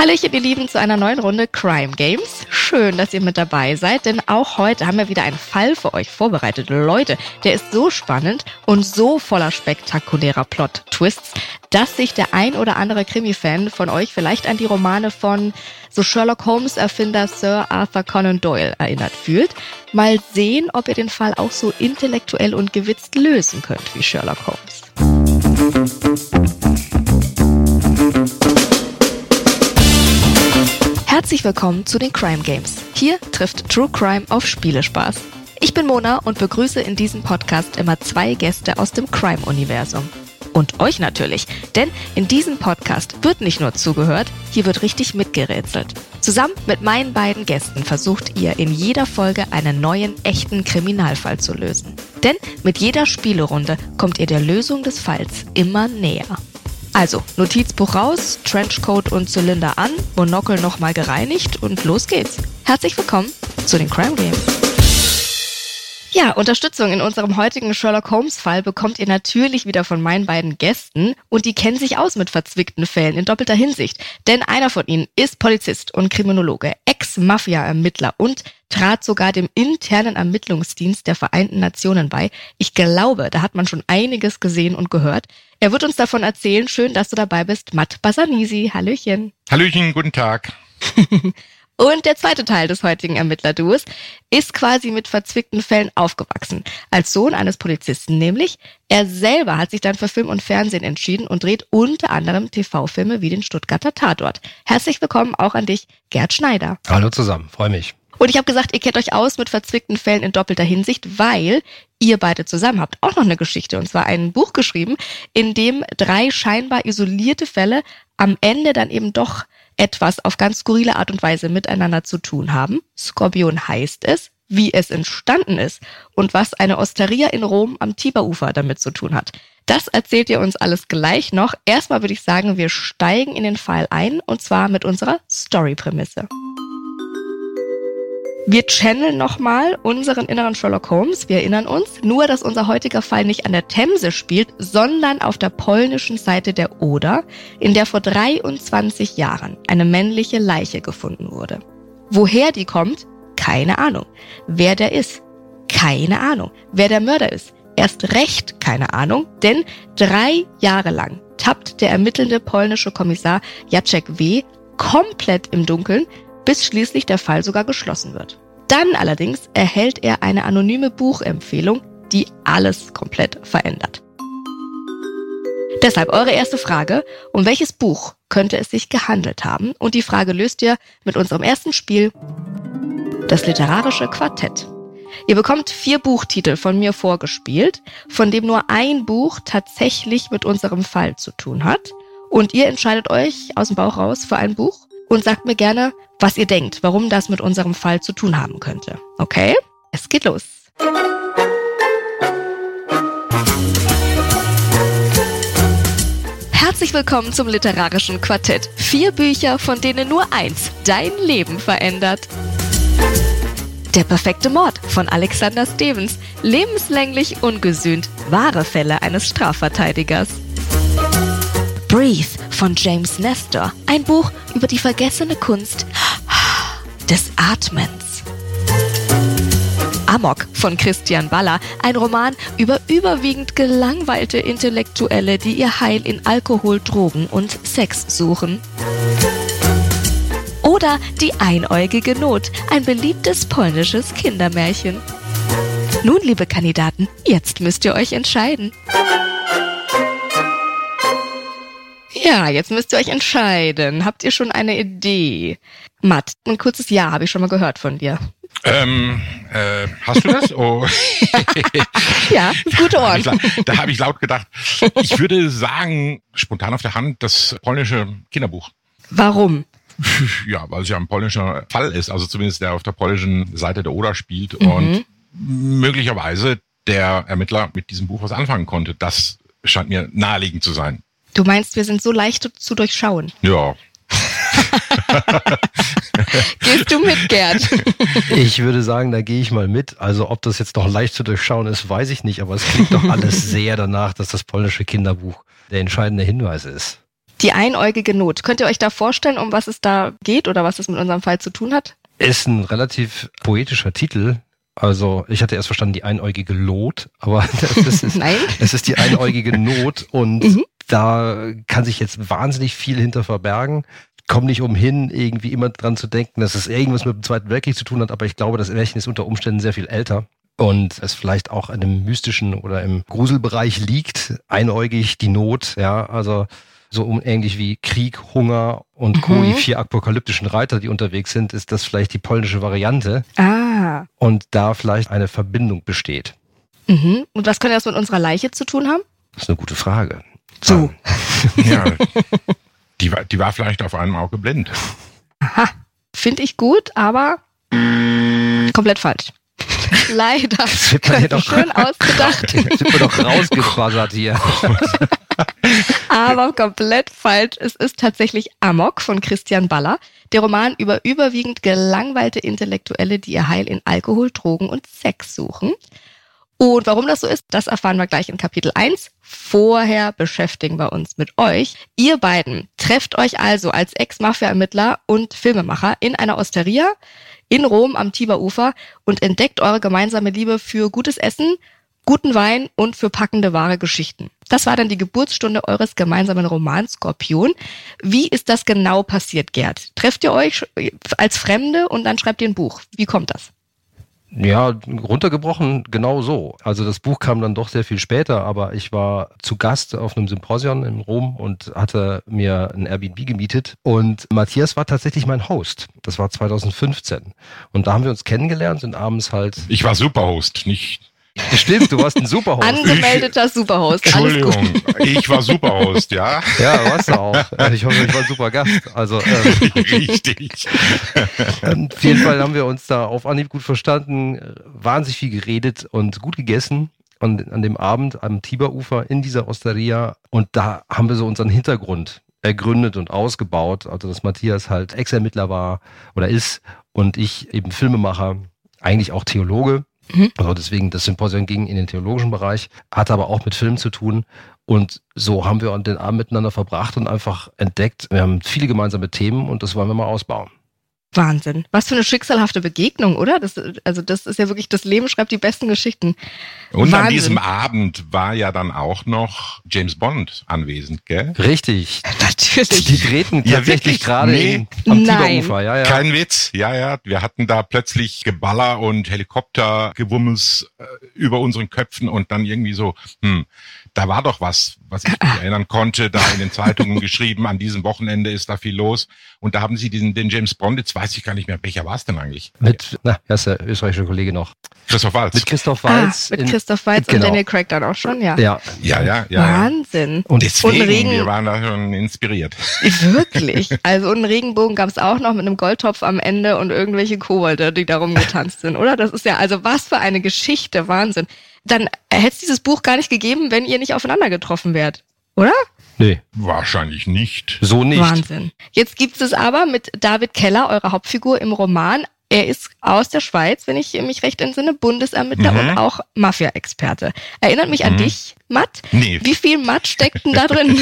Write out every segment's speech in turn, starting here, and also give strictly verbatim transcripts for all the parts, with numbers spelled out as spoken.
Hallöchen, ihr Lieben, zu einer neuen Runde Crime Games. Schön, dass ihr mit dabei seid, denn auch heute haben wir wieder einen Fall für euch vorbereitet. Leute, der ist so spannend und so voller spektakulärer Plot-Twists, dass sich der ein oder andere Krimi-Fan von euch vielleicht an die Romane von so Sherlock Holmes-Erfinder Sir Arthur Conan Doyle erinnert fühlt. Mal sehen, ob ihr den Fall auch so intellektuell und gewitzt lösen könnt wie Sherlock Holmes. Herzlich willkommen zu den Crime Games. Hier trifft True Crime auf Spielespaß. Ich bin Mona und begrüße in diesem Podcast immer zwei Gäste aus dem Crime-Universum. Und euch natürlich, denn in diesem Podcast wird nicht nur zugehört, hier wird richtig mitgerätselt. Zusammen mit meinen beiden Gästen versucht ihr in jeder Folge einen neuen, echten Kriminalfall zu lösen. Denn mit jeder Spielerunde kommt ihr der Lösung des Falls immer näher. Also, Notizbuch raus, Trenchcoat und Zylinder an, Monokel nochmal gereinigt und los geht's. Herzlich willkommen zu den Crime Games. Ja, Unterstützung in unserem heutigen Sherlock Holmes-Fall bekommt ihr natürlich wieder von meinen beiden Gästen und die kennen sich aus mit verzwickten Fällen in doppelter Hinsicht. Denn einer von ihnen ist Polizist und Kriminologe, Ex-Mafia-Ermittler und trat sogar dem internen Ermittlungsdienst der Vereinten Nationen bei. Ich glaube, da hat man schon einiges gesehen und gehört. Er wird uns davon erzählen. Schön, dass du dabei bist. Matt Basanisi, Hallöchen. Hallöchen, guten Tag. Und der zweite Teil des heutigen Ermittlerduos ist quasi mit verzwickten Fällen aufgewachsen. Als Sohn eines Polizisten nämlich. Er selber hat sich dann für Film und Fernsehen entschieden und dreht unter anderem T V-Filme wie den Stuttgarter Tatort. Herzlich willkommen auch an dich, Gerd Schneider. Hallo zusammen, freue mich. Und ich habe gesagt, ihr kennt euch aus mit verzwickten Fällen in doppelter Hinsicht, weil ihr beide zusammen habt auch noch eine Geschichte, und zwar ein Buch geschrieben, in dem drei scheinbar isolierte Fälle am Ende dann eben doch etwas auf ganz skurrile Art und Weise miteinander zu tun haben. Skorpion heißt es, wie es entstanden ist und was eine Osteria in Rom am Tiberufer damit zu tun hat. Das erzählt ihr uns alles gleich noch. Erstmal würde ich sagen, wir steigen in den Fall ein, und zwar mit unserer Story-Prämisse. Wir channeln nochmal unseren inneren Sherlock Holmes. Wir erinnern uns, nur dass unser heutiger Fall nicht an der Themse spielt, sondern auf der polnischen Seite der Oder, in der vor dreiundzwanzig Jahren eine männliche Leiche gefunden wurde. Woher die kommt? Keine Ahnung. Wer der ist? Keine Ahnung. Wer der Mörder ist? Erst recht keine Ahnung, denn drei Jahre lang tappt der ermittelnde polnische Kommissar Jacek W. komplett im Dunkeln, bis schließlich der Fall sogar geschlossen wird. Dann allerdings erhält er eine anonyme Buchempfehlung, die alles komplett verändert. Deshalb eure erste Frage: Um welches Buch könnte es sich gehandelt haben? Und die Frage löst ihr mit unserem ersten Spiel, das literarische Quartett. Ihr bekommt vier Buchtitel von mir vorgespielt, von dem nur ein Buch tatsächlich mit unserem Fall zu tun hat. Und ihr entscheidet euch aus dem Bauch raus für ein Buch und sagt mir gerne, was ihr denkt, warum das mit unserem Fall zu tun haben könnte. Okay, es geht los. Herzlich willkommen zum literarischen Quartett. Vier Bücher, von denen nur eins dein Leben verändert. Der perfekte Mord von Alexander Stevens. Lebenslänglich ungesühnt. Wahre Fälle eines Strafverteidigers. Breathe von James Nestor. Ein Buch über die vergessene Kunst des Atmens. Amok von Christian Baller. Ein Roman über überwiegend gelangweilte Intellektuelle, die ihr Heil in Alkohol, Drogen und Sex suchen. Oder Die einäugige Not. Ein beliebtes polnisches Kindermärchen. Nun, liebe Kandidaten, jetzt müsst ihr euch entscheiden. Ja, jetzt müsst ihr euch entscheiden. Habt ihr schon eine Idee? Matt, ein kurzes Ja habe ich schon mal gehört von dir. Ähm, äh, hast du das? Oh. Ja, gute Ohren. Da habe ich, da hab ich laut gedacht. Ich würde sagen, spontan auf der Hand, das polnische Kinderbuch. Warum? Ja, weil es ja ein polnischer Fall ist, also zumindest der auf der polnischen Seite der Oder spielt Mhm. und möglicherweise der Ermittler mit diesem Buch was anfangen konnte. Das scheint mir naheliegend zu sein. Du meinst, wir sind so leicht zu durchschauen? Ja. Gehst du mit, Gerd? Ich würde sagen, da gehe ich mal mit. Also ob das jetzt noch leicht zu durchschauen ist, weiß ich nicht, aber es klingt doch alles sehr danach, dass das polnische Kinderbuch der entscheidende Hinweis ist. Die einäugige Not. Könnt ihr euch da vorstellen, um was es da geht oder was es mit unserem Fall zu tun hat? Ist ein relativ poetischer Titel. Also ich hatte erst verstanden, die einäugige Lot, aber das ist, Nein. es ist die einäugige Not und Mhm. da kann sich jetzt wahnsinnig viel hinter verbergen. Komm nicht umhin, irgendwie immer dran zu denken, dass es irgendwas mit dem Zweiten Weltkrieg zu tun hat, aber ich glaube, das Märchen ist unter Umständen sehr viel älter und es vielleicht auch in dem mystischen oder im Gruselbereich liegt, einäugig, die Not, ja, also so unähnlich wie Krieg, Hunger und Co., Mhm. die vier apokalyptischen Reiter, die unterwegs sind, ist das vielleicht die polnische Variante Ah. und da vielleicht eine Verbindung besteht. Mhm. Und was könnte das mit unserer Leiche zu tun haben? Das ist eine gute Frage. So. Ja, die war, die war vielleicht auf einem Auge blind. Aha. Finde ich gut, aber komplett falsch. Leider. Das wird man ja doch, Schön ausgedacht, sind wir doch rausgequassert hier. aber komplett falsch. Es ist tatsächlich Amok von Christian Baller. Der Roman über überwiegend gelangweilte Intellektuelle, die ihr Heil in Alkohol, Drogen und Sex suchen. Und warum das so ist, das erfahren wir gleich in Kapitel eins. Vorher beschäftigen wir uns mit euch. Ihr beiden trefft euch also als Ex-Mafia-Ermittler und Filmemacher in einer Osteria in Rom am Tiberufer und entdeckt eure gemeinsame Liebe für gutes Essen, guten Wein und für packende wahre Geschichten. Das war dann die Geburtsstunde eures gemeinsamen Romans Skorpion. Wie ist das genau passiert, Gerd? Trefft ihr euch als Fremde und dann schreibt ihr ein Buch? Wie kommt das? Ja, runtergebrochen genau so. Also das Buch kam dann doch sehr viel später, aber ich war zu Gast auf einem Symposion in Rom und hatte mir ein Airbnb gemietet und Matthias war tatsächlich mein Host. Das war zweitausendfünfzehn und da haben wir uns kennengelernt, sind abends halt... Ich war Superhost, nicht... Stimmt, du warst ein Superhost. Angemeldeter Superhost. Alles gut. Entschuldigung, ich war Superhost, ja? Ja, warst du auch. Ich hoffe, ich war ein super Gast. Also ähm, Richtig. auf jeden Fall haben wir uns da auf Anhieb gut verstanden, wahnsinnig viel geredet und gut gegessen. Und an dem Abend am Tiberufer in dieser Osteria. Und da haben wir so unseren Hintergrund ergründet und ausgebaut. Also dass Matthias halt Ex-Ermittler war oder ist und ich eben Filmemacher, eigentlich auch Theologe. Mhm. Also deswegen, das Symposium ging in den theologischen Bereich, hatte aber auch mit Film zu tun. Und so haben wir den Abend miteinander verbracht und einfach entdeckt, wir haben viele gemeinsame Themen und das wollen wir mal ausbauen. Wahnsinn. Was für eine schicksalhafte Begegnung, oder? Das, also das ist ja wirklich, das Leben schreibt die besten Geschichten. Und Wahnsinn. an diesem Abend war ja dann auch noch James Bond anwesend, gell? Richtig. Natürlich. Die drehten Ja, tatsächlich wirklich? gerade Nee. in- am Nein. Tiberufer. Ja, ja. Kein Witz, ja, ja. Wir hatten da plötzlich Geballer und Helikoptergewummels äh, über unseren Köpfen und dann irgendwie so, hm, da war doch was, was ich mich erinnern konnte, da in den Zeitungen geschrieben, an diesem Wochenende ist da viel los. Und da haben sie diesen, den James Bond, jetzt weiß ich gar nicht mehr, welcher war es denn eigentlich? Mit, na, wer ist der österreichische Kollege noch? Christoph Waltz. Mit Christoph Ah, Waltz. mit in- Christoph Waltz genau. und Daniel Craig dann auch schon, ja. Ja, Ja, ja, ja. ja. Wahnsinn. Und Deswegen, Und Regen- wir waren da schon inspiriert. Wirklich. Also und einen Regenbogen gab es auch noch mit einem Goldtopf am Ende und irgendwelche Kobolde, die darum getanzt sind, oder? Das ist ja, also was für eine Geschichte, Wahnsinn. Dann hätte es dieses Buch gar nicht gegeben, wenn ihr nicht aufeinander getroffen wärt, oder? nee, Wahrscheinlich nicht. so nicht. Wahnsinn. Jetzt gibt es aber mit David Keller, eurer Hauptfigur im Roman. Er ist aus der Schweiz, wenn ich mich recht entsinne, Bundesermittler Mhm. und auch Mafia-Experte. Erinnert mich an Mhm. dich, Matt? Nee. Wie viel Matt steckt denn da drin?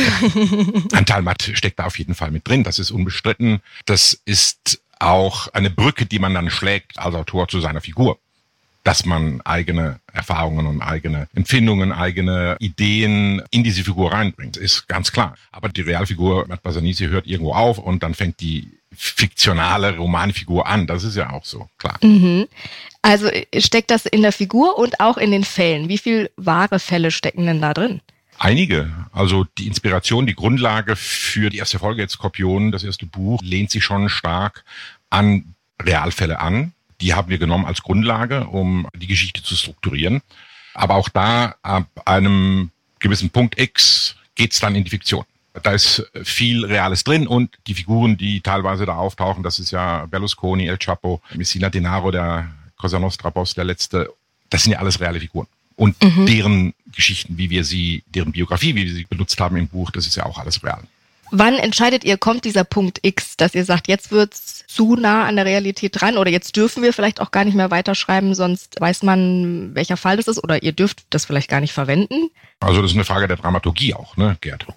Anteil Matt steckt da auf jeden Fall mit drin. Das ist unbestritten. Das ist auch eine Brücke, die man dann schlägt als Autor zu seiner Figur. Dass man eigene Erfahrungen und eigene Empfindungen, eigene Ideen in diese Figur reinbringt, ist ganz klar. Aber die Realfigur Matt Basanisi hört irgendwo auf und dann fängt die fiktionale Romanfigur an. Das ist ja auch so, klar. Mhm. Also steckt das in der Figur und auch in den Fällen. Wie viel wahre Fälle stecken denn da drin? Einige. Also die Inspiration, die Grundlage für die erste Folge jetzt Skorpion, das erste Buch, lehnt sich schon stark an Realfälle an. Die haben wir genommen als Grundlage, um die Geschichte zu strukturieren. Aber auch da, ab einem gewissen Punkt X, geht's dann in die Fiktion. Da ist viel Reales drin und die Figuren, die teilweise da auftauchen, das ist ja Berlusconi, El Chapo, Messina Denaro, der Cosa Nostra-Boss, der letzte, das sind ja alles reale Figuren. Und Mhm. deren Geschichten, wie wir sie, deren Biografie, wie wir sie benutzt haben im Buch, das ist ja auch alles real. Wann entscheidet ihr, kommt dieser Punkt X, dass ihr sagt, jetzt wird's zu nah an der Realität dran oder jetzt dürfen wir vielleicht auch gar nicht mehr weiterschreiben, sonst weiß man, welcher Fall das ist oder ihr dürft das vielleicht gar nicht verwenden? Also das ist eine Frage der Dramaturgie auch, ne, Gerd? Ja,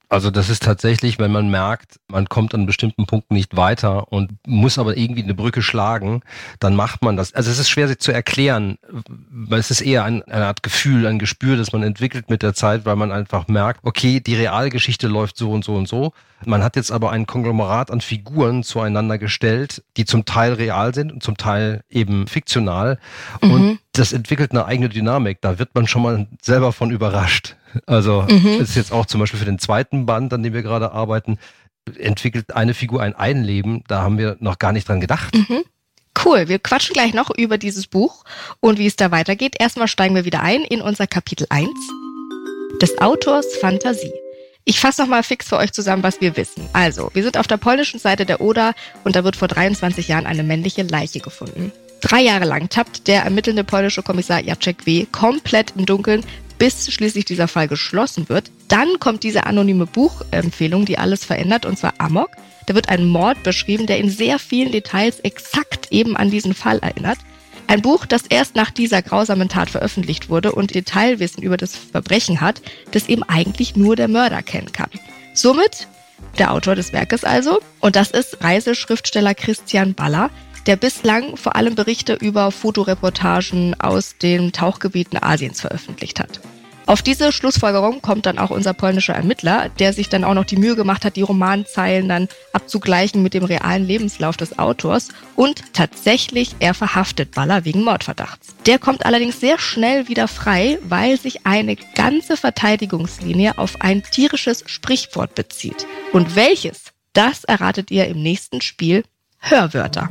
Also das ist tatsächlich, wenn man merkt, man kommt an bestimmten Punkten nicht weiter und muss aber irgendwie eine Brücke schlagen, dann macht man das. Also es ist schwer sich zu erklären, weil es ist eher ein, eine Art Gefühl, ein Gespür, das man entwickelt mit der Zeit, weil man einfach merkt, okay, die Realgeschichte läuft so und so und so. Man hat jetzt aber ein Konglomerat an Figuren zueinander gestellt, die zum Teil real sind und zum Teil eben fiktional. Mhm. Und das entwickelt eine eigene Dynamik. Da wird man schon mal selber von überrascht. Also mhm. ist jetzt auch zum Beispiel für den zweiten Band, an dem wir gerade arbeiten, entwickelt eine Figur ein Eigenleben. Da haben wir noch gar nicht dran gedacht. Mhm. Cool, wir quatschen gleich noch über dieses Buch und wie es da weitergeht. Erstmal steigen wir wieder ein in unser Kapitel eins des Autors Fantasie. Ich fasse nochmal fix für euch zusammen, was wir wissen. Also, wir sind auf der polnischen Seite der Oder und da wird vor dreiundzwanzig Jahren eine männliche Leiche gefunden. Drei Jahre lang tappt der ermittelnde polnische Kommissar Jacek W. komplett im Dunkeln, bis schließlich dieser Fall geschlossen wird. Dann kommt diese anonyme Buchempfehlung, die alles verändert, und zwar Amok. Da wird ein Mord beschrieben, der in sehr vielen Details exakt eben an diesen Fall erinnert. Ein Buch, das erst nach dieser grausamen Tat veröffentlicht wurde und Detailwissen über das Verbrechen hat, das eben eigentlich nur der Mörder kennen kann. Somit der Autor des Werkes also, und das ist Reiseschriftsteller Christian Baller, der bislang vor allem Berichte über Fotoreportagen aus den Tauchgebieten Asiens veröffentlicht hat. Auf diese Schlussfolgerung kommt dann auch unser polnischer Ermittler, der sich dann auch noch die Mühe gemacht hat, die Romanzeilen dann abzugleichen mit dem realen Lebenslauf des Autors. Und tatsächlich, er verhaftet Baller wegen Mordverdachts. Der kommt allerdings sehr schnell wieder frei, weil sich eine ganze Verteidigungslinie auf ein tierisches Sprichwort bezieht. Und welches, das erratet ihr im nächsten Spiel Hörwörter.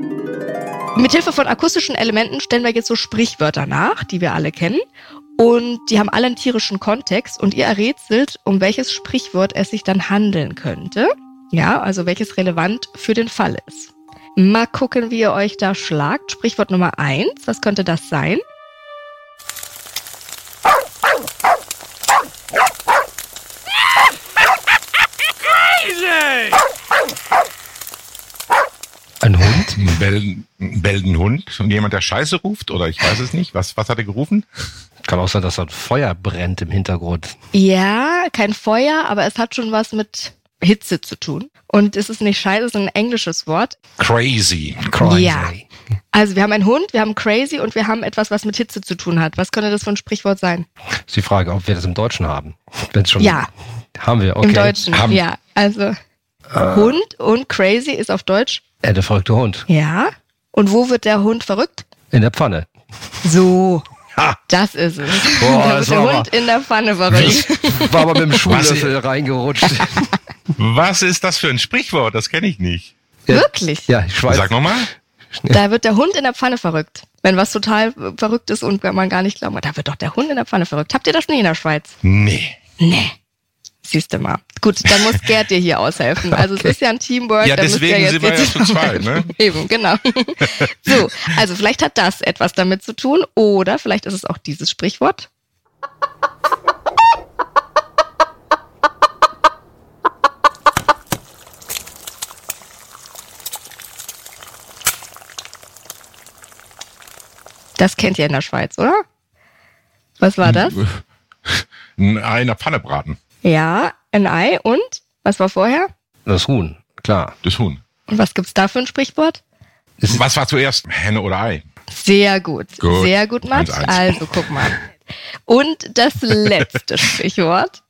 Mithilfe von akustischen Elementen stellen wir jetzt so Sprichwörter nach, die wir alle kennen. Und die haben alle einen tierischen Kontext und ihr errätselt, um welches Sprichwort es sich dann handeln könnte. Ja, also welches relevant für den Fall ist. Mal gucken, wie ihr euch da schlagt. Sprichwort Nummer eins, was könnte das sein? Ein Hund? Ein bellen, ein bellenden Hund und jemand, der Scheiße ruft, oder ich weiß es nicht. Was, was hat er gerufen? Kann auch sein, dass da ein Feuer brennt im Hintergrund. Ja, kein Feuer, aber es hat schon was mit Hitze zu tun. Und es ist nicht Scheiße, es ist ein englisches Wort. Crazy. Crazy. Ja. Also wir haben einen Hund, wir haben Crazy und wir haben etwas, was mit Hitze zu tun hat. Was könnte das für ein Sprichwort sein? Ist die Frage, ob wir das im Deutschen haben. Wenn's schon ja. Haben wir, okay. Im Deutschen, haben. ja. Also äh. Hund und Crazy ist auf Deutsch? Äh, der verrückte Hund. Ja. Und wo wird der Hund verrückt? In der Pfanne. So. Ha. Das ist es. Boah, da das wird der war Hund in der Pfanne verrückt. War aber mit dem Schuhlöffel reingerutscht. Was ist das für ein Sprichwort? Das kenne ich nicht. Ja, Wirklich? Ja, ich weiß. Sag nochmal. Da wird der Hund in der Pfanne verrückt. Wenn was total verrückt ist und man gar nicht glaubt, da wird doch der Hund in der Pfanne verrückt. Habt ihr das nie in der Schweiz? Nee. Nee. Siehst du mal. Gut, dann muss Gerd dir hier aushelfen. Also okay. Es ist ja ein Teamwork. Ja, deswegen sind wir ja zu zweit, ne? Eben, genau. So, also vielleicht hat das etwas damit zu tun oder vielleicht ist es auch dieses Sprichwort. Das kennt ihr in der Schweiz, oder? Was war das? Ein Ei in der Pfanne braten. Ja, ein Ei und? Was war vorher? Das Huhn, klar. Das Huhn. Und was gibt's da für ein Sprichwort? Was war zuerst? Henne oder Ei? Sehr gut. Gut. Sehr gut, Max. Also, guck mal. Und das letzte Sprichwort.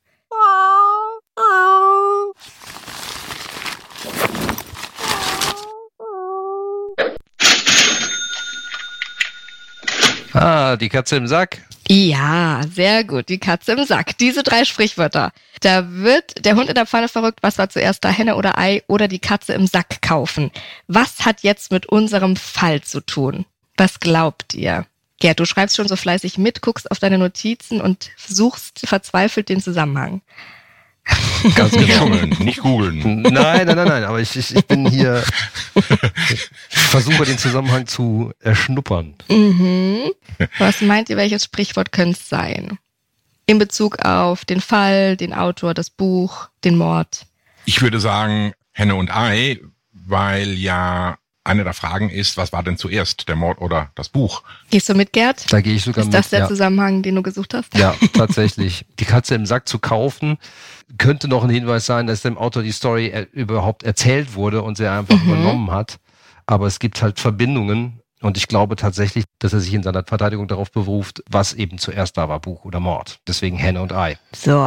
Ah, die Katze im Sack. Ja, sehr gut. Die Katze im Sack. Diese drei Sprichwörter. Da wird der Hund in der Pfanne verrückt. Was war zuerst da? Henne oder Ei oder die Katze im Sack kaufen? Was hat jetzt mit unserem Fall zu tun? Was glaubt ihr? Gerd, du schreibst schon so fleißig mit, guckst auf deine Notizen und suchst verzweifelt den Zusammenhang. Ganz Nicht genau. schummeln, nicht googeln. Nein, nein, nein, nein, aber ich, ich, ich bin hier, ich versuche den Zusammenhang zu erschnuppern. Mhm. Was meint ihr, welches Sprichwort könnte es sein? In Bezug auf den Fall, den Autor, das Buch, den Mord. Ich würde sagen Henne und Ei, weil ja eine der Fragen ist, was war denn zuerst, der Mord oder das Buch? Gehst du mit, Gerd? Da gehe ich sogar mit. mit. Ist das der ja. Zusammenhang, den du gesucht hast? Ja, tatsächlich. Die Katze im Sack zu kaufen, könnte noch ein Hinweis sein, dass dem Autor die Story er- überhaupt erzählt wurde und sie einfach Mhm. übernommen hat. Aber es gibt halt Verbindungen und ich glaube tatsächlich, dass er sich in seiner Verteidigung darauf beruft, was eben zuerst da war, Buch oder Mord. Deswegen Henne und Ei. So.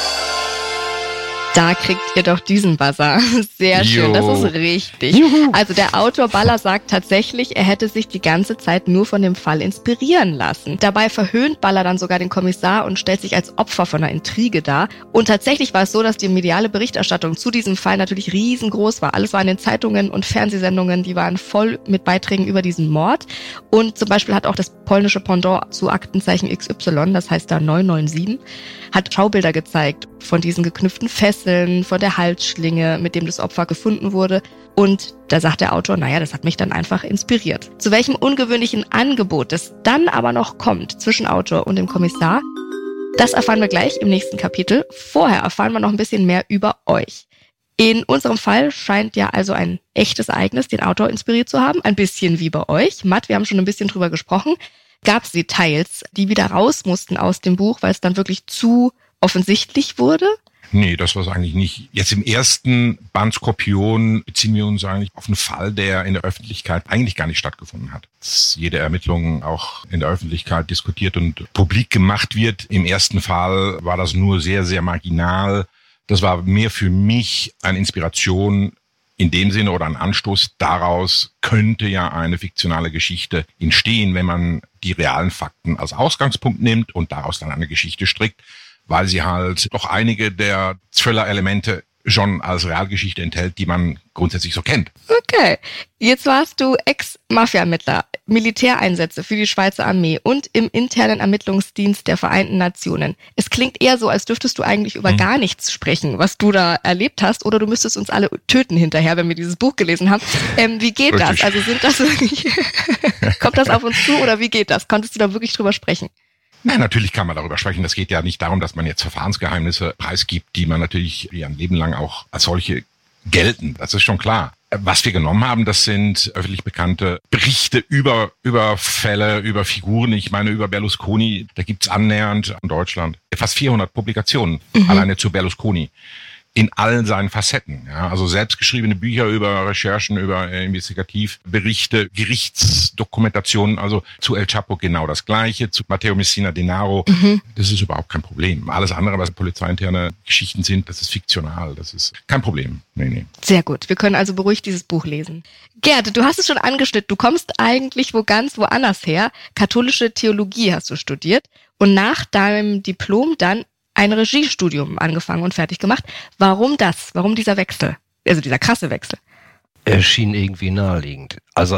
Da kriegt ihr doch diesen Buzzer. Sehr schön, das ist richtig. Juhu. Also der Autor Baller sagt tatsächlich, er hätte sich die ganze Zeit nur von dem Fall inspirieren lassen. Dabei verhöhnt Baller dann sogar den Kommissar und stellt sich als Opfer von einer Intrige dar. Und tatsächlich war es so, dass die mediale Berichterstattung zu diesem Fall natürlich riesengroß war. Alles war in den Zeitungen und Fernsehsendungen, die waren voll mit Beiträgen über diesen Mord. Und zum Beispiel hat auch das polnische Pendant zu Aktenzeichen X Y, das heißt da neun neun sieben, hat Schaubilder gezeigt von diesen geknüpften Fesseln, von der Halsschlinge, mit dem das Opfer gefunden wurde. Und da sagt der Autor, naja, das hat mich dann einfach inspiriert. Zu welchem ungewöhnlichen Angebot es dann aber noch kommt zwischen Autor und dem Kommissar, das erfahren wir gleich im nächsten Kapitel. Vorher erfahren wir noch ein bisschen mehr über euch. In unserem Fall scheint ja also ein echtes Ereignis den Autor inspiriert zu haben, ein bisschen wie bei euch. Matt, wir haben schon ein bisschen drüber gesprochen. Gab es Details, die wieder raus mussten aus dem Buch, weil es dann wirklich zu offensichtlich wurde? Nee, das war es eigentlich nicht. Jetzt im ersten Band Skorpion beziehen wir uns eigentlich auf einen Fall, der in der Öffentlichkeit eigentlich gar nicht stattgefunden hat. Dass jede Ermittlung auch in der Öffentlichkeit diskutiert und publik gemacht wird. Im ersten Fall war das nur sehr, sehr marginal. Das war mehr für mich eine Inspiration in dem Sinne oder ein Anstoß. Daraus könnte ja eine fiktionale Geschichte entstehen, wenn man die realen Fakten als Ausgangspunkt nimmt und daraus dann eine Geschichte strickt, weil sie halt doch einige der Thriller-Elemente schon als Realgeschichte enthält, die man grundsätzlich so kennt. Okay, jetzt warst du Ex-Mafia-Ermittler, Militäreinsätze für die Schweizer Armee und im internen Ermittlungsdienst der Vereinten Nationen. Es klingt eher so, als dürftest du eigentlich über Hm. gar nichts sprechen, was du da erlebt hast, oder du müsstest uns alle töten hinterher, wenn wir dieses Buch gelesen haben. Ähm, wie geht Richtig. das? Also sind das wirklich, kommt das auf uns zu oder wie geht das? Konntest du da wirklich drüber sprechen? Nein, natürlich kann man darüber sprechen. Das geht ja nicht darum, dass man jetzt Verfahrensgeheimnisse preisgibt, die man natürlich ja ein Leben lang auch als solche gelten. Das ist schon klar. Was wir genommen haben, das sind öffentlich bekannte Berichte über Überfälle, über Figuren. Ich meine, über Berlusconi, da gibt's annähernd in Deutschland fast vierhundert Publikationen, Mhm. alleine zu Berlusconi. In allen seinen Facetten. Ja, also selbstgeschriebene Bücher über Recherchen, über äh, Investigativberichte, Gerichtsdokumentationen, also zu El Chapo genau das Gleiche, zu Matteo Messina Denaro. Mhm. Das ist überhaupt kein Problem. Alles andere, was polizeiinterne Geschichten sind, das ist fiktional. Das ist kein Problem. Nee, nee. Sehr gut, wir können also beruhigt dieses Buch lesen. Gerd, du hast es schon angeschnitten, du kommst eigentlich wo ganz woanders her. Katholische Theologie hast du studiert und nach deinem Diplom dann ein Regiestudium angefangen und fertig gemacht. Warum das? Warum dieser Wechsel? Also dieser krasse Wechsel. Erschien irgendwie naheliegend. Also,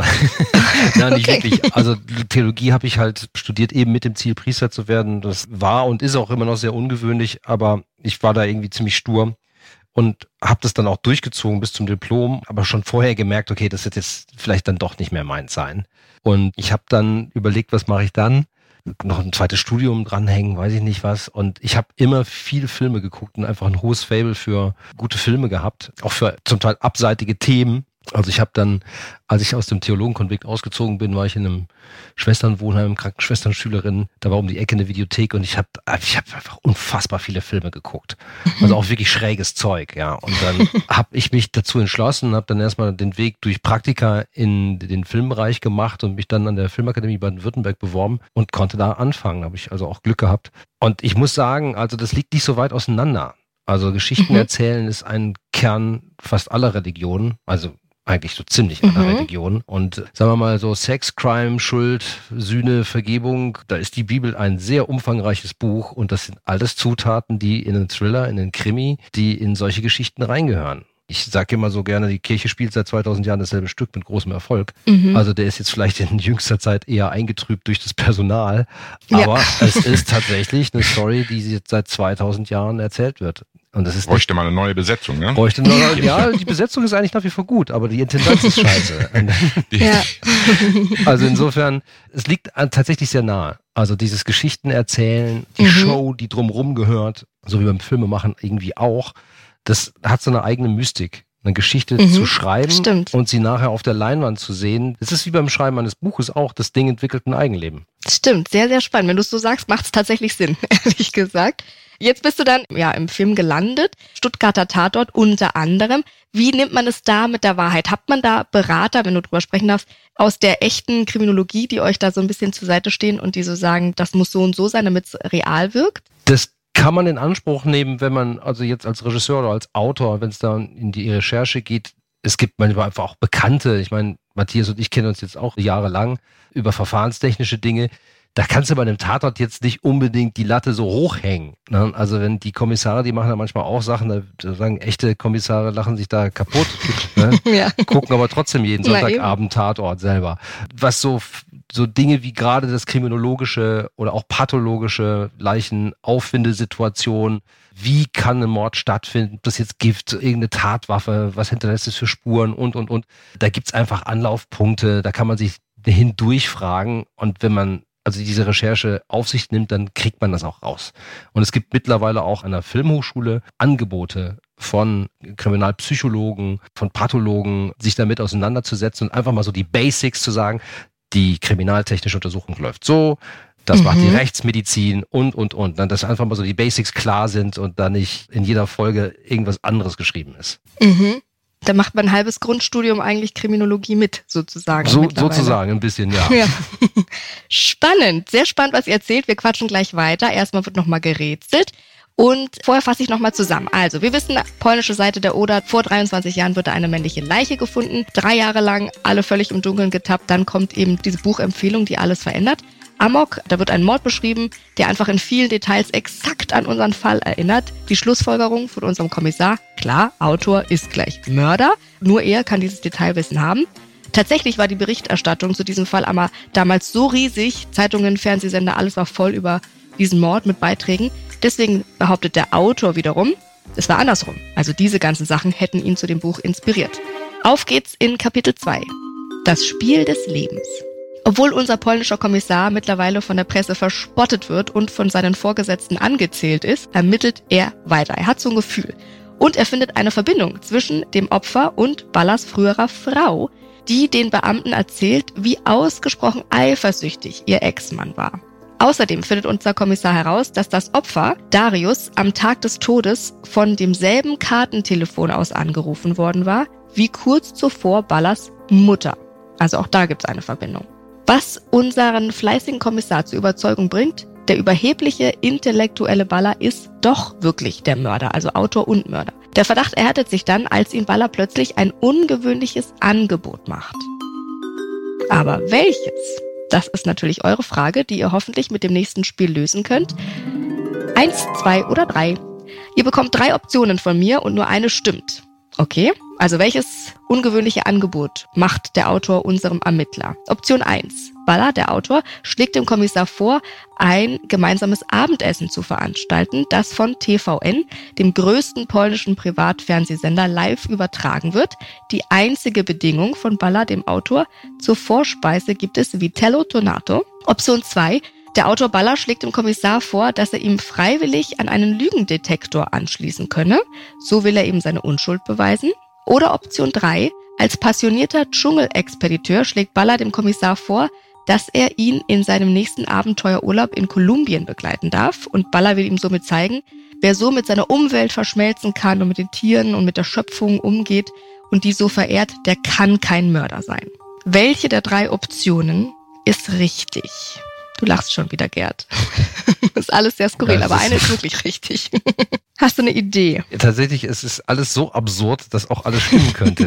nein, nicht Okay. wirklich. Also Theologie habe ich halt studiert, eben mit dem Ziel, Priester zu werden. Das war und ist auch immer noch sehr ungewöhnlich, aber ich war da irgendwie ziemlich stur und habe das dann auch durchgezogen bis zum Diplom, aber schon vorher gemerkt, okay, das wird jetzt vielleicht dann doch nicht mehr meins sein. Und ich habe dann überlegt, was mache ich dann? Noch ein zweites Studium dranhängen, weiß ich nicht was. Und ich habe immer viele Filme geguckt und einfach ein hohes Faible für gute Filme gehabt, auch für zum Teil abseitige Themen. Also ich habe dann, als ich aus dem Theologenkonvikt ausgezogen bin, war ich in einem Schwesternwohnheim, Krankenschwesternschülerin. Da war um die Ecke eine Videothek und ich habe ich hab einfach unfassbar viele Filme geguckt. Also auch wirklich schräges Zeug, ja. Und dann habe ich mich dazu entschlossen, habe dann erstmal den Weg durch Praktika in den Filmbereich gemacht und mich dann an der Filmakademie Baden-Württemberg beworben und konnte da anfangen. Habe ich also auch Glück gehabt. Und ich muss sagen, also das liegt nicht so weit auseinander. Also Geschichten Mhm. erzählen ist ein Kern fast aller Religionen. Also eigentlich so ziemlich aller Mhm. Religionen. Und äh, sagen wir mal so Sex, Crime, Schuld, Sühne, Vergebung, da ist die Bibel ein sehr umfangreiches Buch und das sind alles Zutaten, die in einen Thriller, in einen Krimi, die in solche Geschichten reingehören. Ich sage immer so gerne, die Kirche spielt seit zweitausend Jahren dasselbe Stück mit großem Erfolg. Mhm. Also der ist jetzt vielleicht in jüngster Zeit eher eingetrübt durch das Personal, Ja. aber es ist tatsächlich eine Story, die jetzt seit zweitausend Jahren erzählt wird. Und das ist nicht Bräuchte mal eine neue Besetzung, ne? Bräuchte noch, ja, die Besetzung ist eigentlich nach wie vor gut, aber die Intendanz ist scheiße. Die- Ja. Also insofern, es liegt an, tatsächlich sehr nahe. Also dieses Geschichten erzählen, die Mhm. Show, die drumrum gehört, so wie beim Filmemachen irgendwie auch, das hat so eine eigene Mystik. eine Geschichte Mhm. zu schreiben Stimmt. und sie nachher auf der Leinwand zu sehen. Es ist wie beim Schreiben eines Buches auch, das Ding entwickelt ein Eigenleben. Stimmt, sehr, sehr spannend. Wenn du es so sagst, macht es tatsächlich Sinn, ehrlich gesagt. Jetzt bist du dann ja im Film gelandet, Stuttgarter Tatort unter anderem. Wie nimmt man es da mit der Wahrheit? Habt man da Berater, wenn du drüber sprechen darfst, aus der echten Kriminologie, die euch da so ein bisschen zur Seite stehen und die so sagen, das muss so und so sein, damit es real wirkt? Das kann man in Anspruch nehmen, wenn man also jetzt als Regisseur oder als Autor, wenn es da in die Recherche geht, es gibt manchmal einfach auch Bekannte, ich meine, Matthias und ich kennen uns jetzt auch jahrelang über verfahrenstechnische Dinge. Da kannst du bei einem Tatort jetzt nicht unbedingt die Latte so hochhängen. Ne? Also wenn die Kommissare, die machen ja manchmal auch Sachen, da, da sagen echte Kommissare, lachen sich da kaputt, ne? Ja. Gucken aber trotzdem jeden Na Sonntagabend Tatort selber. Was so, so Dinge wie gerade das kriminologische oder auch pathologische Leichenaufwindesituation, wie kann ein Mord stattfinden, ob das jetzt Gift, irgendeine Tatwaffe, was hinterlässt es für Spuren und, und, und. Da gibt's einfach Anlaufpunkte, da kann man sich hindurchfragen und wenn man also diese Recherche auf sich nimmt, dann kriegt man das auch raus. Und es gibt mittlerweile auch an der Filmhochschule Angebote von Kriminalpsychologen, von Pathologen, sich damit auseinanderzusetzen und einfach mal so die Basics zu sagen, die kriminaltechnische Untersuchung läuft so, das Mhm. macht die Rechtsmedizin und, und, und. Dass einfach mal so die Basics klar sind und da nicht in jeder Folge irgendwas anderes geschrieben ist. Mhm. Da macht man ein halbes Grundstudium eigentlich Kriminologie mit, sozusagen. So, mittlerweile. sozusagen, ein bisschen, ja. Ja. Spannend, sehr spannend, was ihr erzählt. Wir quatschen gleich weiter. Erstmal wird nochmal gerätselt. Und vorher fasse ich nochmal zusammen. Also, wir wissen, polnische Seite der Oder, vor dreiundzwanzig Jahren wird da eine männliche Leiche gefunden. Drei Jahre lang alle völlig im Dunkeln getappt. Dann kommt eben diese Buchempfehlung, die alles verändert. Amok, da wird ein Mord beschrieben, der einfach in vielen Details exakt an unseren Fall erinnert. Die Schlussfolgerung von unserem Kommissar, klar, Autor ist gleich Mörder. Nur er kann dieses Detailwissen haben. Tatsächlich war die Berichterstattung zu diesem Fall aber damals so riesig, Zeitungen, Fernsehsender, alles war voll über diesen Mord mit Beiträgen. Deswegen behauptet der Autor wiederum, es war andersrum. Also diese ganzen Sachen hätten ihn zu dem Buch inspiriert. Auf geht's in Kapitel zwei. Das Spiel des Lebens. Obwohl unser polnischer Kommissar mittlerweile von der Presse verspottet wird und von seinen Vorgesetzten angezählt ist, ermittelt er weiter. Er hat so ein Gefühl. Und er findet eine Verbindung zwischen dem Opfer und Ballers früherer Frau, die den Beamten erzählt, wie ausgesprochen eifersüchtig ihr Ex-Mann war. Außerdem findet unser Kommissar heraus, dass das Opfer, Darius, am Tag des Todes von demselben Kartentelefon aus angerufen worden war, wie kurz zuvor Ballers Mutter. Also auch da gibt es eine Verbindung. Was unseren fleißigen Kommissar zur Überzeugung bringt, der überhebliche intellektuelle Baller ist doch wirklich der Mörder, also Autor und Mörder. Der Verdacht erhärtet sich dann, als ihm Baller plötzlich ein ungewöhnliches Angebot macht. Aber welches? Das ist natürlich eure Frage, die ihr hoffentlich mit dem nächsten Spiel lösen könnt. Eins, zwei oder drei. Ihr bekommt drei Optionen von mir und nur eine stimmt. Okay, also welches ungewöhnliche Angebot macht der Autor unserem Ermittler? Option eins. Baller, der Autor, schlägt dem Kommissar vor, ein gemeinsames Abendessen zu veranstalten, das von T V N, dem größten polnischen Privatfernsehsender, live übertragen wird. Die einzige Bedingung von Baller, dem Autor, zur Vorspeise gibt es Vitello Tonato. Option zwei. Der Autor Baller schlägt dem Kommissar vor, dass er ihm freiwillig an einen Lügendetektor anschließen könne. So will er ihm seine Unschuld beweisen. Oder Option drei. Als passionierter Dschungelexpediteur schlägt Baller dem Kommissar vor, dass er ihn in seinem nächsten Abenteuerurlaub in Kolumbien begleiten darf. Und Baller will ihm somit zeigen, wer so mit seiner Umwelt verschmelzen kann und mit den Tieren und mit der Schöpfung umgeht und die so verehrt, der kann kein Mörder sein. Welche der drei Optionen ist richtig? Du lachst schon wieder, Gerd. Das ist alles sehr skurril, ja, aber ist eine ist wirklich richtig. Hast du eine Idee? Tatsächlich, es ist alles so absurd, dass auch alles stimmen könnte.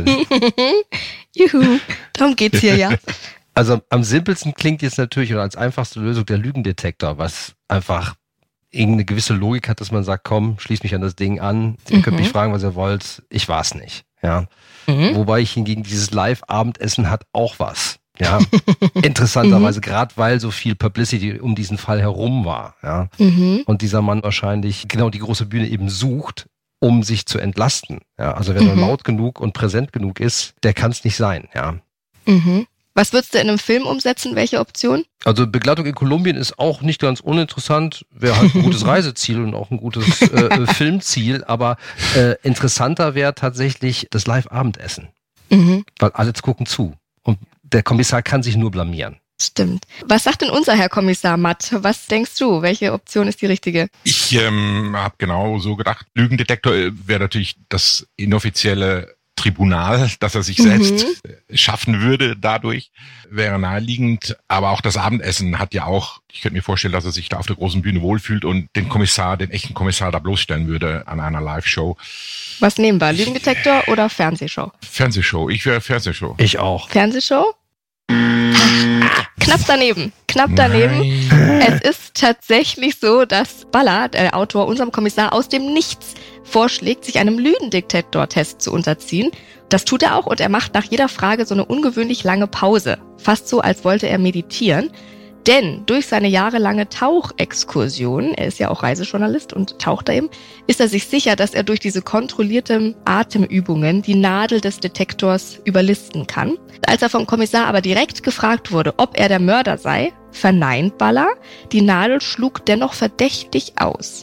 Juhu, darum geht's hier ja. Also am simpelsten klingt jetzt natürlich oder als einfachste Lösung der Lügendetektor, was einfach irgendeine gewisse Logik hat, dass man sagt, komm, schließ mich an das Ding an, ihr Mhm. könnt mich fragen, was ihr wollt, ich war's nicht. Ja. Mhm. Wobei ich hingegen dieses Live-Abendessen hat auch was. Ja, interessanterweise, gerade weil so viel Publicity um diesen Fall herum war, ja. Mhm. Und dieser Mann wahrscheinlich genau die große Bühne eben sucht, um sich zu entlasten. Ja, also wer Mhm. nur laut genug und präsent genug ist, der kann es nicht sein, ja. Mhm. Was würdest du in einem Film umsetzen? Welche Option? Also Begleitung in Kolumbien ist auch nicht ganz uninteressant. Wäre halt ein gutes Reiseziel und auch ein gutes äh, Filmziel. Aber äh, interessanter wäre tatsächlich das Live-Abendessen. Mhm. Weil alle gucken zu. Und der Kommissar kann sich nur blamieren. Stimmt. Was sagt denn unser Herr Kommissar Matt? Was denkst du? Welche Option ist die richtige? Ich ähm, habe genau so gedacht. Lügendetektor wäre natürlich das inoffizielle Tribunal, dass er sich selbst mhm. schaffen würde dadurch, wäre naheliegend. Aber auch das Abendessen hat ja auch, ich könnte mir vorstellen, dass er sich da auf der großen Bühne wohlfühlt und den Kommissar, den echten Kommissar da bloßstellen würde an einer Live-Show. Was nehmen wir? Lügendetektor ich, oder Fernsehshow? Fernsehshow. Ich wäre Fernsehshow. Ich auch. Fernsehshow? Knapp daneben, knapp daneben. Nein. Es ist tatsächlich so, dass Baller, der Autor, unserem Kommissar aus dem Nichts vorschlägt, sich einem Lügendetektor-Test zu unterziehen. Das tut er auch und er macht nach jeder Frage so eine ungewöhnlich lange Pause. Fast so, als wollte er meditieren. Denn durch seine jahrelange Tauchexkursion, er ist ja auch Reisejournalist und taucht da eben, ist er sich sicher, dass er durch diese kontrollierten Atemübungen die Nadel des Detektors überlisten kann. Als er vom Kommissar aber direkt gefragt wurde, ob er der Mörder sei, verneint Baller, die Nadel schlug dennoch verdächtig aus.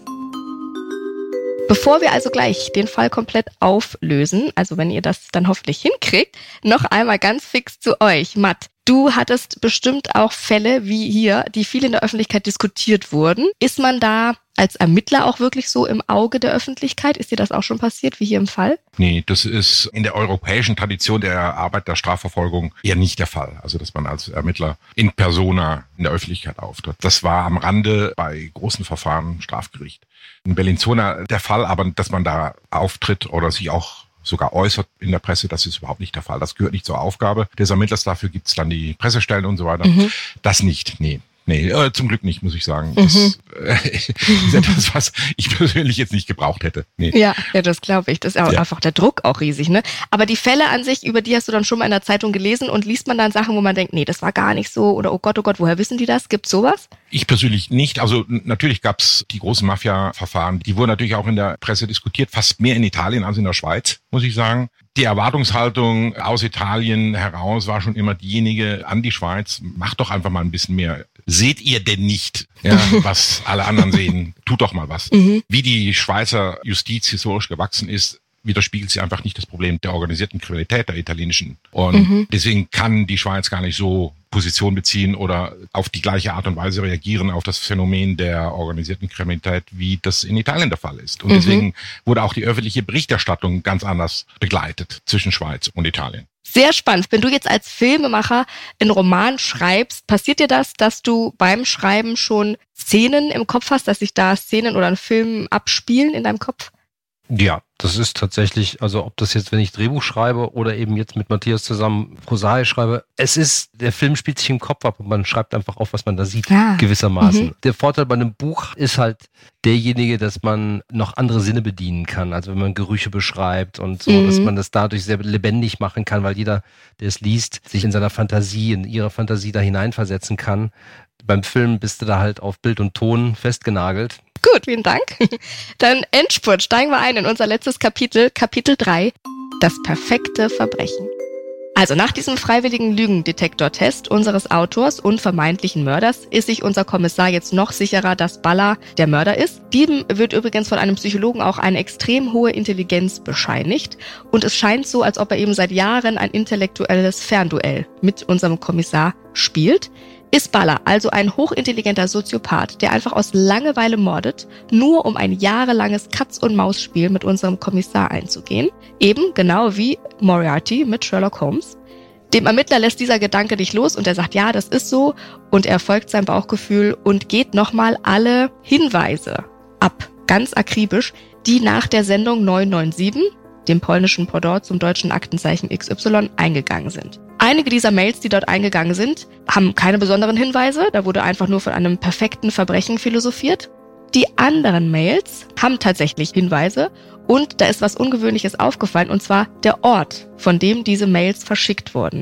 Bevor wir also gleich den Fall komplett auflösen, also wenn ihr das dann hoffentlich hinkriegt, noch einmal ganz fix zu euch. Matt, du hattest bestimmt auch Fälle wie hier, die viel in der Öffentlichkeit diskutiert wurden. Ist man da als Ermittler auch wirklich so im Auge der Öffentlichkeit? Ist dir das auch schon passiert, wie hier im Fall? Nee, das ist in der europäischen Tradition der Arbeit der Strafverfolgung eher nicht der Fall. Also, dass man als Ermittler in persona in der Öffentlichkeit auftritt. Das war am Rande bei großen Verfahren Strafgericht. In Bellinzona der Fall, aber dass man da auftritt oder sich auch sogar äußert in der Presse, das ist überhaupt nicht der Fall. Das gehört nicht zur Aufgabe des Ermittlers. Dafür gibt es dann die Pressestellen und so weiter. Mhm. Das nicht, nee. Nee, äh, zum Glück nicht, muss ich sagen. Das mhm. äh, ist etwas, was ich persönlich jetzt nicht gebraucht hätte. Nee. Ja, ja, das glaube ich. Das ist auch ja. einfach der Druck auch riesig, ne? Aber die Fälle an sich, über die hast du dann schon mal in der Zeitung gelesen und liest man dann Sachen, wo man denkt, nee, das war gar nicht so oder oh Gott, oh Gott, woher wissen die das? Gibt's sowas? Ich persönlich nicht. Also natürlich gab's die großen Mafia-Verfahren. Die wurden natürlich auch in der Presse diskutiert, fast mehr in Italien als in der Schweiz, muss ich sagen. Die Erwartungshaltung aus Italien heraus war schon immer diejenige an die Schweiz. Macht doch einfach mal ein bisschen mehr. Seht ihr denn nicht, ja, was alle anderen sehen? Tut doch mal was. Mhm. Wie die Schweizer Justiz historisch gewachsen ist, widerspiegelt sie einfach nicht das Problem der organisierten Kriminalität der italienischen. Und mhm. deswegen kann die Schweiz gar nicht so Position beziehen oder auf die gleiche Art und Weise reagieren auf das Phänomen der organisierten Kriminalität, wie das in Italien der Fall ist. Und mhm. deswegen wurde auch die öffentliche Berichterstattung ganz anders begleitet zwischen Schweiz und Italien. Sehr spannend. Wenn du jetzt als Filmemacher einen Roman schreibst, passiert dir das, dass du beim Schreiben schon Szenen im Kopf hast, dass sich da Szenen oder ein Film abspielen in deinem Kopf? Ja, das ist tatsächlich, also ob das jetzt, wenn ich Drehbuch schreibe oder eben jetzt mit Matthias zusammen Prosae schreibe, es ist, der Film spielt sich im Kopf ab und man schreibt einfach auf, was man da sieht, ah. gewissermaßen. Mhm. Der Vorteil bei einem Buch ist halt derjenige, dass man noch andere Sinne bedienen kann, also wenn man Gerüche beschreibt und so, mhm. dass man das dadurch sehr lebendig machen kann, weil jeder, der es liest, sich in seiner Fantasie, in ihrer Fantasie da hineinversetzen kann. Beim Film bist du da halt auf Bild und Ton festgenagelt. Gut, vielen Dank. Dann Endspurt, steigen wir ein in unser letztes Kapitel, Kapitel drei, das perfekte Verbrechen. Also nach diesem freiwilligen Lügendetektor-Test unseres Autors und vermeintlichen Mörders ist sich unser Kommissar jetzt noch sicherer, dass Baller der Mörder ist. Diesem wird übrigens von einem Psychologen auch eine extrem hohe Intelligenz bescheinigt. Und es scheint so, als ob er eben seit Jahren ein intellektuelles Fernduell mit unserem Kommissar spielt. Ist Baller also ein hochintelligenter Soziopath, der einfach aus Langeweile mordet, nur um ein jahrelanges Katz-und-Maus-Spiel mit unserem Kommissar einzugehen? Eben genau wie Moriarty mit Sherlock Holmes. Dem Ermittler lässt dieser Gedanke nicht los und er sagt, ja, das ist so, und er folgt seinem Bauchgefühl und geht nochmal alle Hinweise ab, ganz akribisch, die nach der Sendung neun neun sieben, dem polnischen Pendant zum deutschen Aktenzeichen X Y, eingegangen sind. Einige dieser Mails, die dort eingegangen sind, haben keine besonderen Hinweise. Da wurde einfach nur von einem perfekten Verbrechen philosophiert. Die anderen Mails haben tatsächlich Hinweise und da ist was Ungewöhnliches aufgefallen, und zwar der Ort, von dem diese Mails verschickt wurden.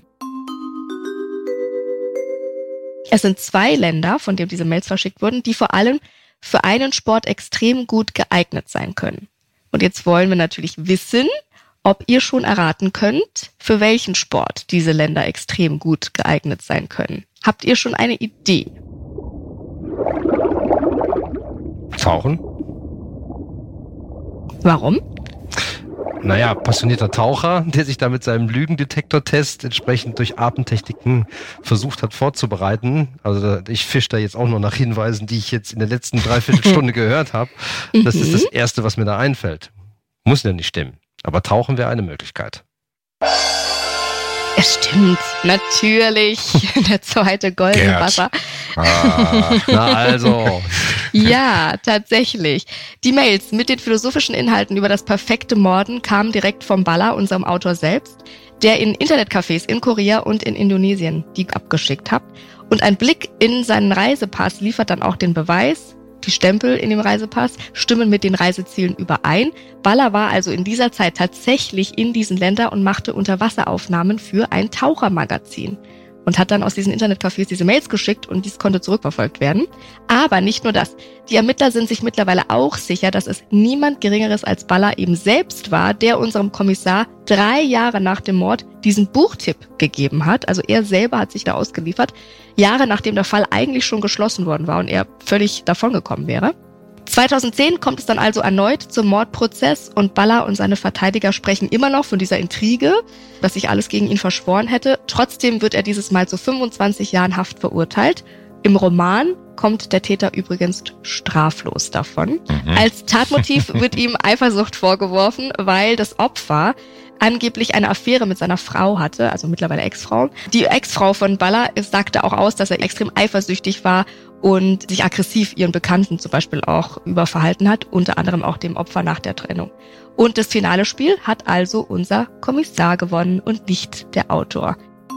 Es sind zwei Länder, von denen diese Mails verschickt wurden, die vor allem für einen Sport extrem gut geeignet sein können. Und jetzt wollen wir natürlich wissen, ob ihr schon erraten könnt, für welchen Sport diese Länder extrem gut geeignet sein können. Habt ihr schon eine Idee? Tauchen? Warum? Naja, passionierter Taucher, der sich da mit seinem Lügendetektor-Test entsprechend durch Atemtechniken versucht hat vorzubereiten. Also ich fische da jetzt auch nur nach Hinweisen, die ich jetzt in der letzten Dreiviertelstunde gehört habe. Das ist das Erste, was mir da einfällt. Muss ja nicht stimmen. Aber Tauchen wäre eine Möglichkeit. Es stimmt, natürlich. Der zweite goldene Gerd. Wasser. Ah, na also. Ja, tatsächlich. Die Mails mit den philosophischen Inhalten über das perfekte Morden kamen direkt vom Balla, unserem Autor selbst, der in Internetcafés in Korea und in Indonesien die abgeschickt hat. Und ein Blick in seinen Reisepass liefert dann auch den Beweis. Die Stempel in dem Reisepass stimmen mit den Reisezielen überein. Balla war also in dieser Zeit tatsächlich in diesen Ländern und machte Unterwasseraufnahmen für ein Tauchermagazin. Und hat dann aus diesen Internetcafés diese Mails geschickt und dies konnte zurückverfolgt werden. Aber nicht nur das. Die Ermittler sind sich mittlerweile auch sicher, dass es niemand Geringeres als Balla eben selbst war, der unserem Kommissar drei Jahre nach dem Mord diesen Buchtipp gegeben hat. Also er selber hat sich da ausgeliefert, Jahre nachdem der Fall eigentlich schon geschlossen worden war und er völlig davongekommen wäre. zweitausendzehn kommt es dann also erneut zum Mordprozess und Balla und seine Verteidiger sprechen immer noch von dieser Intrige, dass sich alles gegen ihn verschworen hätte. Trotzdem wird er dieses Mal zu fünfundzwanzig Jahren Haft verurteilt. Im Roman kommt der Täter übrigens straflos davon. Mhm. Als Tatmotiv wird ihm Eifersucht vorgeworfen, weil das Opfer angeblich eine Affäre mit seiner Frau hatte, also mittlerweile Ex-Frau. Die Ex-Frau von Balla sagte auch aus, dass er extrem eifersüchtig war und sich aggressiv ihren Bekannten zum Beispiel auch überverhalten hat, unter anderem auch dem Opfer nach der Trennung. Und das finale Spiel hat also unser Kommissar gewonnen und nicht der Autor.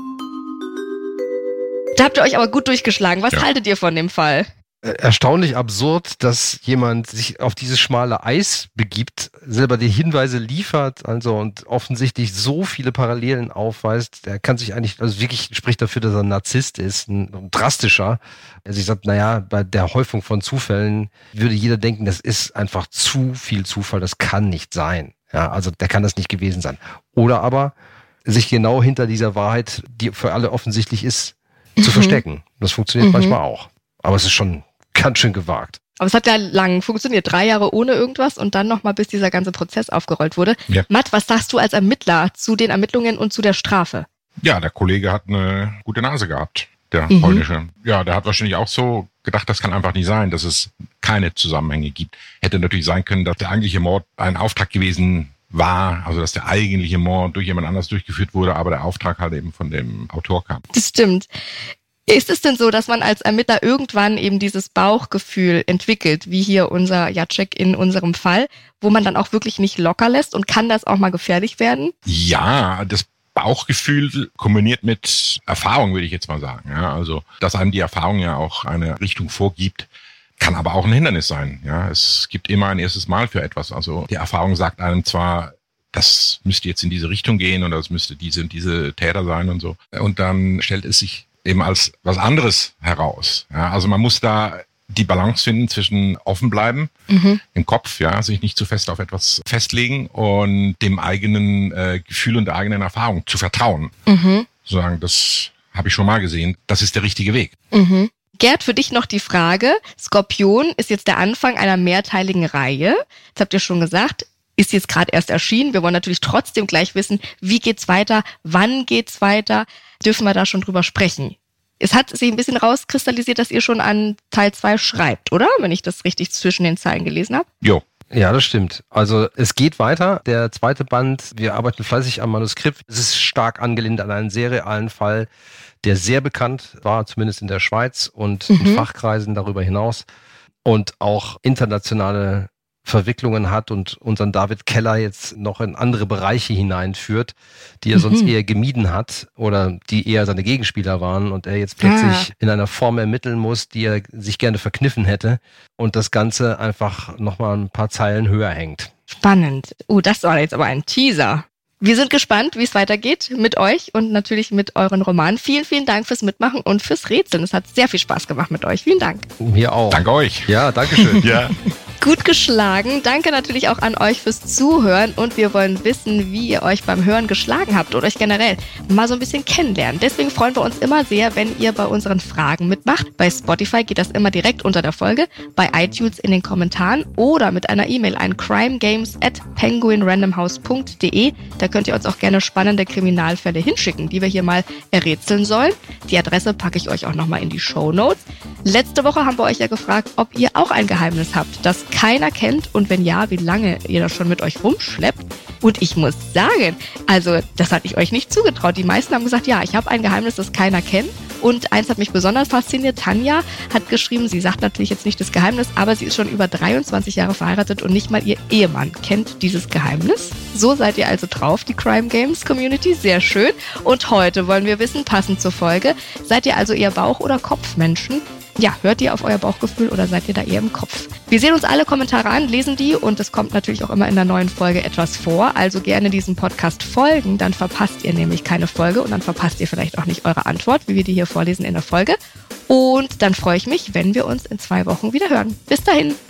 Da habt ihr euch aber gut durchgeschlagen. Was ja. haltet ihr von dem Fall? Erstaunlich absurd, dass jemand sich auf dieses schmale Eis begibt, selber die Hinweise liefert, also und offensichtlich so viele Parallelen aufweist. Er kann sich eigentlich, also wirklich spricht dafür, dass er ein Narzisst ist, ein, ein drastischer. Er sich sagt, naja, bei der Häufung von Zufällen würde jeder denken, das ist einfach zu viel Zufall, das kann nicht sein. Ja, also der kann das nicht gewesen sein. Oder aber sich genau hinter dieser Wahrheit, die für alle offensichtlich ist, mhm. zu verstecken. Das funktioniert mhm. manchmal auch. Aber es ist schon ganz schön gewagt. Aber es hat ja lang funktioniert, drei Jahre ohne irgendwas und dann nochmal, bis dieser ganze Prozess aufgerollt wurde. Ja. Matt, was sagst du als Ermittler zu den Ermittlungen und zu der Strafe? Ja, der Kollege hat eine gute Nase gehabt, der mhm. polnische. Ja, der hat wahrscheinlich auch so gedacht, das kann einfach nicht sein, dass es keine Zusammenhänge gibt. Hätte natürlich sein können, dass der eigentliche Mord ein Auftrag gewesen war, also dass der eigentliche Mord durch jemand anders durchgeführt wurde, aber der Auftrag halt eben von dem Autor kam. Das stimmt. Ist es denn so, dass man als Ermittler irgendwann eben dieses Bauchgefühl entwickelt, wie hier unser Jacek in unserem Fall, wo man dann auch wirklich nicht locker lässt und kann das auch mal gefährlich werden? Ja, das Bauchgefühl kombiniert mit Erfahrung, würde ich jetzt mal sagen. Ja, also, dass einem die Erfahrung ja auch eine Richtung vorgibt, kann aber auch ein Hindernis sein. Ja, es gibt immer ein erstes Mal für etwas. Also, die Erfahrung sagt einem zwar, das müsste jetzt in diese Richtung gehen oder es müsste diese und diese Täter sein und so. Und dann stellt es sich eben als was anderes heraus. Ja, also man muss da die Balance finden zwischen offen bleiben mhm. im Kopf, ja, sich nicht zu fest auf etwas festlegen und dem eigenen äh, Gefühl und der eigenen Erfahrung zu vertrauen. Mhm. Sagen, das habe ich schon mal gesehen, das ist der richtige Weg. Mhm. Gerd, für dich noch die Frage, Skorpion ist jetzt der Anfang einer mehrteiligen Reihe. Das habt ihr schon gesagt, ist jetzt gerade erst erschienen. Wir wollen natürlich trotzdem gleich wissen, wie geht's weiter, wann geht's weiter. Dürfen wir da schon drüber sprechen? Es hat sich ein bisschen rauskristallisiert, dass ihr schon an Teil zwei schreibt, oder? Wenn ich das richtig zwischen den Zeilen gelesen habe. Jo. Ja, das stimmt. Also es geht weiter. Der zweite Band, wir arbeiten fleißig am Manuskript. Es ist stark angelehnt an einen serialen Fall, der sehr bekannt war, zumindest in der Schweiz und mhm. in Fachkreisen darüber hinaus und auch internationale Verwicklungen hat und unseren David Keller jetzt noch in andere Bereiche hineinführt, die er mhm. sonst eher gemieden hat oder die eher seine Gegenspieler waren und er jetzt plötzlich ah. in einer Form ermitteln muss, die er sich gerne verkniffen hätte und das Ganze einfach nochmal ein paar Zeilen höher hängt. Spannend. Oh, das war jetzt aber ein Teaser. Wir sind gespannt, wie es weitergeht mit euch und natürlich mit euren Romanen. Vielen, vielen Dank fürs Mitmachen und fürs Rätseln. Es hat sehr viel Spaß gemacht mit euch. Vielen Dank. Mir auch. Danke euch. Ja, danke schön. Ja. Gut geschlagen. Danke natürlich auch an euch fürs Zuhören und wir wollen wissen, wie ihr euch beim Hören geschlagen habt oder euch generell mal so ein bisschen kennenlernen. Deswegen freuen wir uns immer sehr, wenn ihr bei unseren Fragen mitmacht. Bei Spotify geht das immer direkt unter der Folge, bei iTunes in den Kommentaren oder mit einer E-Mail an crimegames at penguinrandomhouse punkt de. Da könnt ihr uns auch gerne spannende Kriminalfälle hinschicken, die wir hier mal errätseln sollen. Die Adresse packe ich euch auch nochmal in die Shownotes. Letzte Woche haben wir euch ja gefragt, ob ihr auch ein Geheimnis habt, das keiner kennt und wenn ja, wie lange ihr das schon mit euch rumschleppt. Und ich muss sagen, also das hatte ich euch nicht zugetraut. Die meisten haben gesagt, ja, ich habe ein Geheimnis, das keiner kennt. Und eins hat mich besonders fasziniert. Tanja hat geschrieben, sie sagt natürlich jetzt nicht das Geheimnis, aber sie ist schon über dreiundzwanzig Jahre verheiratet und nicht mal ihr Ehemann kennt dieses Geheimnis. So seid ihr also drauf, die Crime Games Community. Sehr schön. Und heute wollen wir wissen, passend zur Folge, seid ihr also eher Bauch- oder Kopfmenschen? Ja, hört ihr auf euer Bauchgefühl oder seid ihr da eher im Kopf? Wir sehen uns alle Kommentare an, lesen die und es kommt natürlich auch immer in der neuen Folge etwas vor. Also gerne diesem Podcast folgen, dann verpasst ihr nämlich keine Folge und dann verpasst ihr vielleicht auch nicht eure Antwort, wie wir die hier vorlesen in der Folge. Und dann freue ich mich, wenn wir uns in zwei Wochen wieder hören. Bis dahin.